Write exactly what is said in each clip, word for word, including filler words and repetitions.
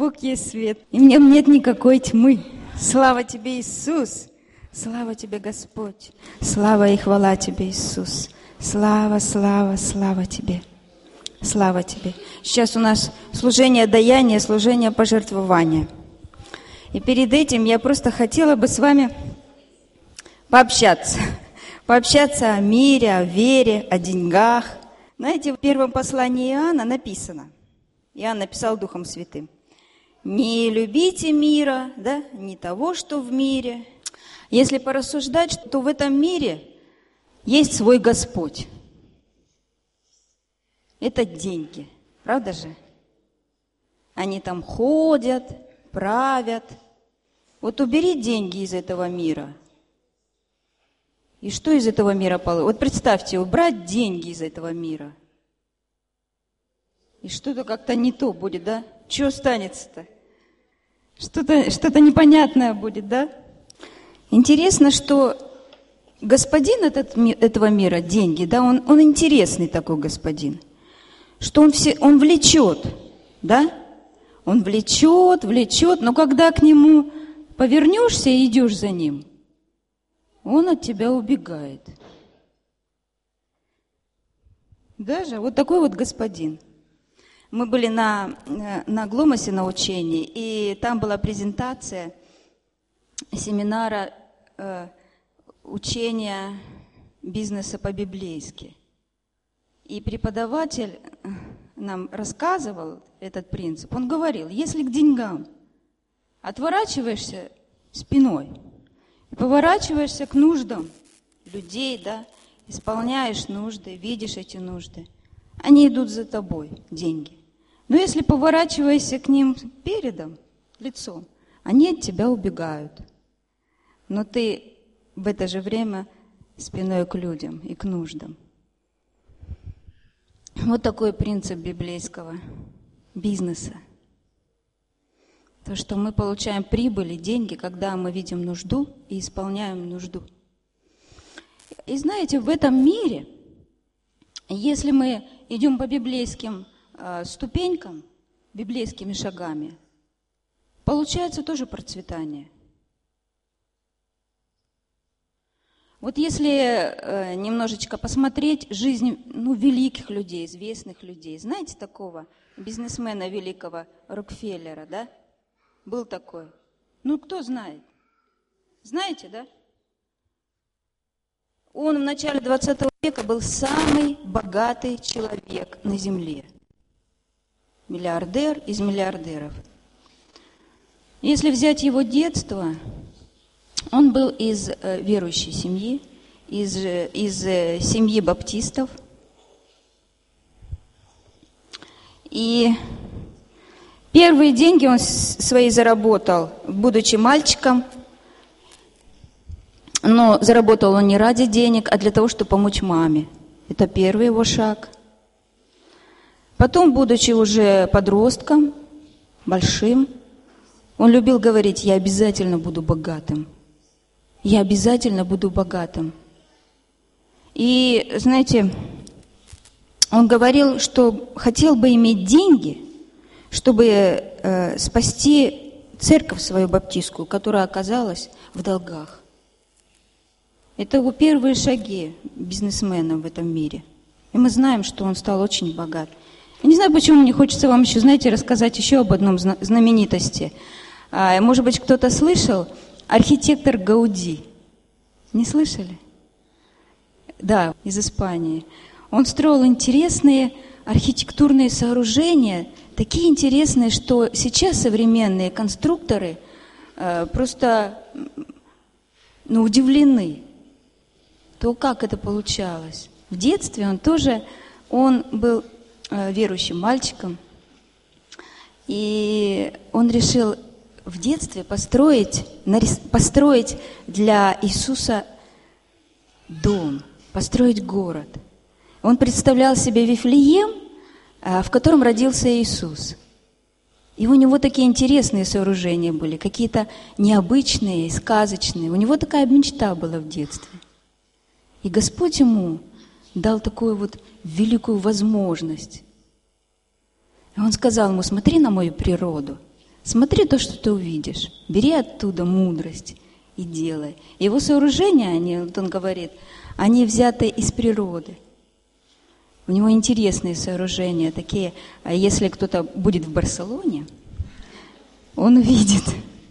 Бог есть свет, и в нем нет никакой тьмы. Слава Тебе, Иисус! Слава Тебе, Господь! Слава и хвала Тебе, Иисус! Слава, слава, слава Тебе! Слава Тебе! Сейчас у нас служение даяния, служение пожертвования. И перед этим я просто хотела бы с вами пообщаться. Пообщаться о мире, о вере, о деньгах. Знаете, в первом послании Иоанна написано, Иоанн написал Духом Святым: «Не любите мира, да, не того, что в мире». Если порассуждать, то в этом мире есть свой Господь. Это деньги, правда же? Они там ходят, правят. Вот убери деньги из этого мира. И что из этого мира получится? Вот представьте, убрать деньги из этого мира. И что-то как-то не то будет, да? Что останется-то? Что-то, что-то непонятное будет, да? Интересно, что господин этот, этого мира, деньги, да, он, он интересный такой господин. Что он, все, он влечет, да? Он влечет, влечет, но когда к нему повернешься и идешь за ним, он от тебя убегает. Даже вот такой вот господин. Мы были на, на Гломосе на учении, и там была презентация семинара э, учения бизнеса по-библейски. И преподаватель нам рассказывал этот принцип. Он говорил, если к деньгам отворачиваешься спиной, и поворачиваешься к нуждам людей, да, исполняешь нужды, видишь эти нужды, они идут за тобой, деньги. Но если поворачиваешься к ним передом, лицом, они от тебя убегают. Но ты в это же время спиной к людям и к нуждам. Вот такой принцип библейского бизнеса. То, что мы получаем прибыль и деньги, когда мы видим нужду и исполняем нужду. И знаете, в этом мире, если мы идем по библейским э, ступенькам, библейскими шагами, получается тоже процветание. Вот если э, немножечко посмотреть жизнь ну, великих людей, известных людей, знаете такого бизнесмена великого Рокфеллера, да? Был такой. Ну, кто знает? Знаете, да? Он в начале двадцатого века был самый богатый человек на земле. Миллиардер из миллиардеров. Если взять его детство, он был из э, верующей семьи, из, из э, семьи баптистов. И первые деньги он свои заработал, будучи мальчиком. Но заработал он не ради денег, а для того, чтобы помочь маме. Это первый его шаг. Потом, будучи уже подростком, большим, он любил говорить: я обязательно буду богатым. Я обязательно буду богатым. И, знаете, он говорил, что хотел бы иметь деньги, чтобы э, спасти церковь свою баптистскую, которая оказалась в долгах. Это его первые шаги бизнесмена в этом мире. И мы знаем, что он стал очень богат. Я не знаю, почему мне хочется вам еще, знаете, рассказать еще об одном знаменитости. Может быть, кто-то слышал? Архитектор Гауди. Не слышали? Да, из Испании. Он строил интересные архитектурные сооружения, такие интересные, что сейчас современные конструкторы э, просто ну, удивлены. То как это получалось? В детстве он тоже, он был э, верующим мальчиком, и он решил в детстве построить, нарис, построить для Иисуса дом, построить город. Он представлял себе Вифлеем, э, в котором родился Иисус. И у него такие интересные сооружения были, какие-то необычные, сказочные. У него такая мечта была в детстве. И Господь ему дал такую вот великую возможность. И он сказал ему: смотри на мою природу, Смотри то, что ты увидишь. Бери оттуда мудрость и делай. Его сооружения, они, вот он говорит, они взяты из природы. У него интересные сооружения, такие, а если кто-то будет в Барселоне, он увидит.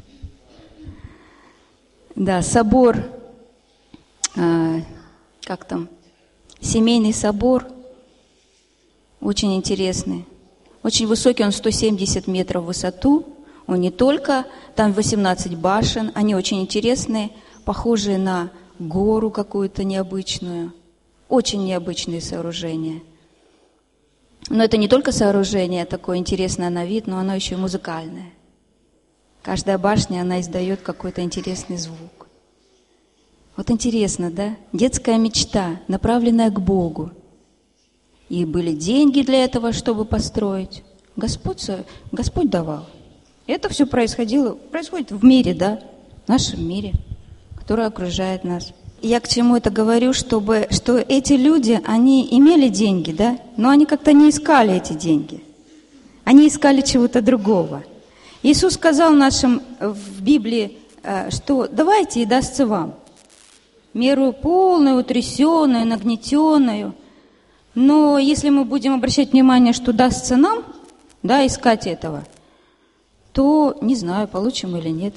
Да, собор, э, как там, семейный собор, очень интересный. Очень высокий, он сто семьдесят метров в высоту. Он не только, там восемнадцать башен, они очень интересные, похожие на гору какую-то необычную. Очень необычные сооружения. Но это не только сооружение такое интересное на вид, но оно еще и музыкальное. Каждая башня, она издает какой-то интересный звук. Вот интересно, да? Детская мечта, направленная к Богу. И были деньги для этого, чтобы построить. Господь, Господь давал. Это все происходило, происходит в мире, да? В нашем мире, который окружает нас. Я к чему это говорю, чтобы, что эти люди, они имели деньги, да? Но они как-то не искали эти деньги. Они искали чего-то другого. Иисус сказал нашим в Библии, что давайте и дастся вам. Меру полную, утрясенную, нагнетенную. Но если мы будем обращать внимание, что дастся нам, да, искать этого, то не знаю, получим или нет.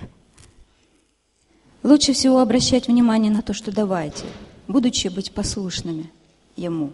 Лучше всего обращать внимание на то, что давайте, будучи быть послушными Ему.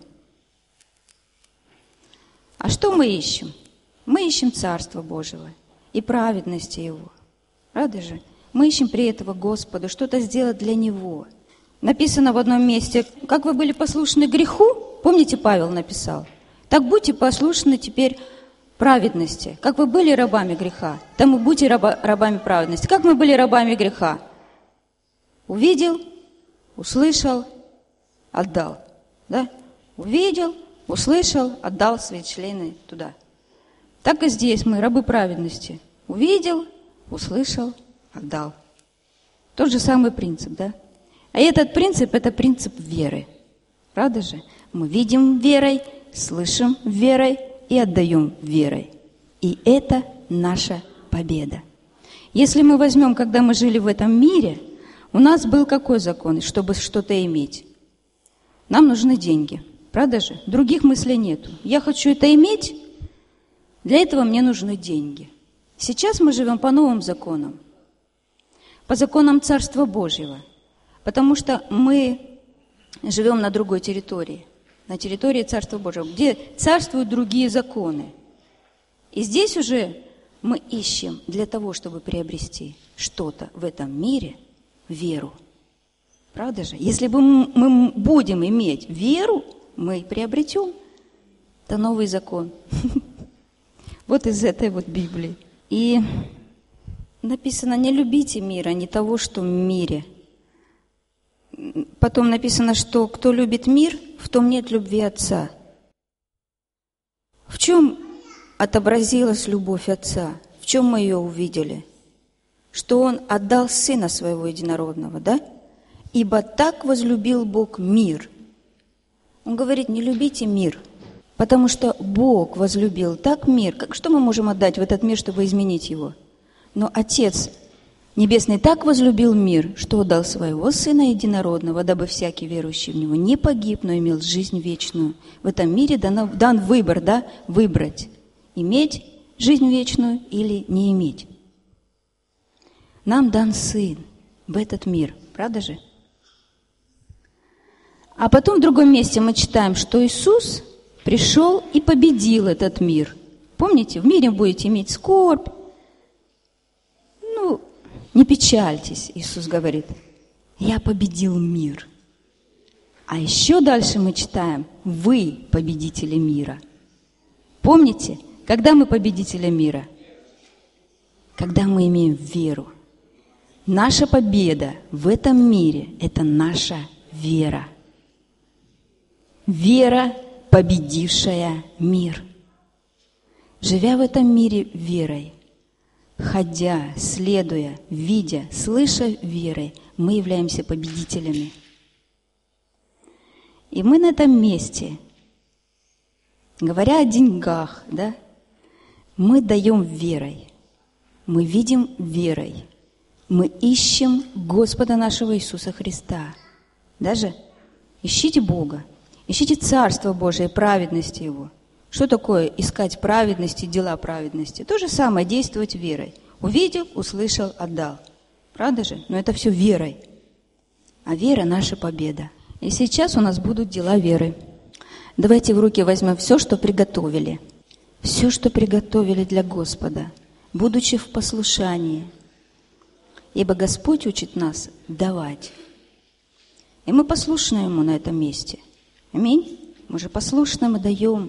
А что мы ищем? Мы ищем Царство Божьего и праведности Его. Правда же? Мы ищем при этом Господу что-то сделать для Него. Написано в одном месте, как вы были послушны греху, помните, Павел написал, так будьте послушны теперь праведности. Как вы были рабами греха, так и будьте раба, рабами праведности. Как мы были рабами греха? Увидел, услышал, отдал. Да? Увидел, услышал, отдал свои члены туда. Так и здесь мы рабы праведности. Увидел, услышал, отдал. Тот же самый принцип, да? А этот принцип – это принцип веры. Правда же? Мы видим верой, слышим верой и отдаем верой. И это наша победа. Если мы возьмем, когда мы жили в этом мире, у нас был какой закон, чтобы что-то иметь? Нам нужны деньги. Правда же? Других мыслей нету. Я хочу это иметь, для этого мне нужны деньги. Сейчас мы живем по новым законам, по законам Царства Божьего, потому что мы живем на другой территории, на территории Царства Божьего, где царствуют другие законы. И здесь уже мы ищем для того, чтобы приобрести что-то в этом мире, веру. Правда же? Если бы мы будем иметь веру, мы приобретем. Это новый закон. Вот из этой вот Библии. И написано, не любите мира, не того, что в мире. Потом написано, что кто любит мир, в том нет любви Отца. В чем отобразилась любовь Отца? В чем мы ее увидели? Что Он отдал Сына Своего Единородного, да? Ибо так возлюбил Бог мир. Он говорит, не любите мир, потому что Бог возлюбил так мир. Как, что мы можем отдать в этот мир, чтобы изменить его? Но Отец Небесный так возлюбил мир, что отдал Своего Сына Единородного, дабы всякий верующий в Него не погиб, но имел жизнь вечную. В этом мире дан, дан выбор, да, выбрать, иметь жизнь вечную или не иметь. Нам дан Сын в этот мир, правда же? А потом в другом месте мы читаем, что Иисус пришел и победил этот мир. Помните, в мире будете иметь скорбь. Ну, не печальтесь, Иисус говорит, я победил мир. А еще дальше мы читаем, вы победители мира. Помните, когда мы победители мира? Когда мы имеем веру. Наша победа в этом мире – это наша вера. Вера, победившая мир. Живя в этом мире верой, ходя, следуя, видя, слыша верой, мы являемся победителями. И мы на этом месте, говоря о деньгах, да, мы даем верой. мы видим верой. Мы ищем Господа нашего Иисуса Христа. Даже ищите Бога, ищите Царство Божие и праведности Его. Что такое искать праведности, дела праведности? То же самое, действовать верой. Увидел, услышал, отдал. Правда же? Но это все верой. А вера – наша победа. И сейчас у нас будут дела веры. Давайте в руки возьмем все, что приготовили. Все, что приготовили для Господа, будучи в послушании. Ибо Господь учит нас давать. И мы послушны Ему на этом месте. Аминь. Мы же послушны, мы даем.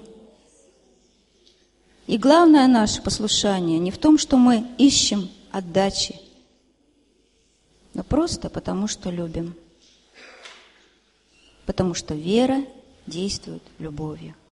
И главное наше послушание не в том, что мы ищем отдачи, но просто потому, что любим. Потому что вера действует любовью.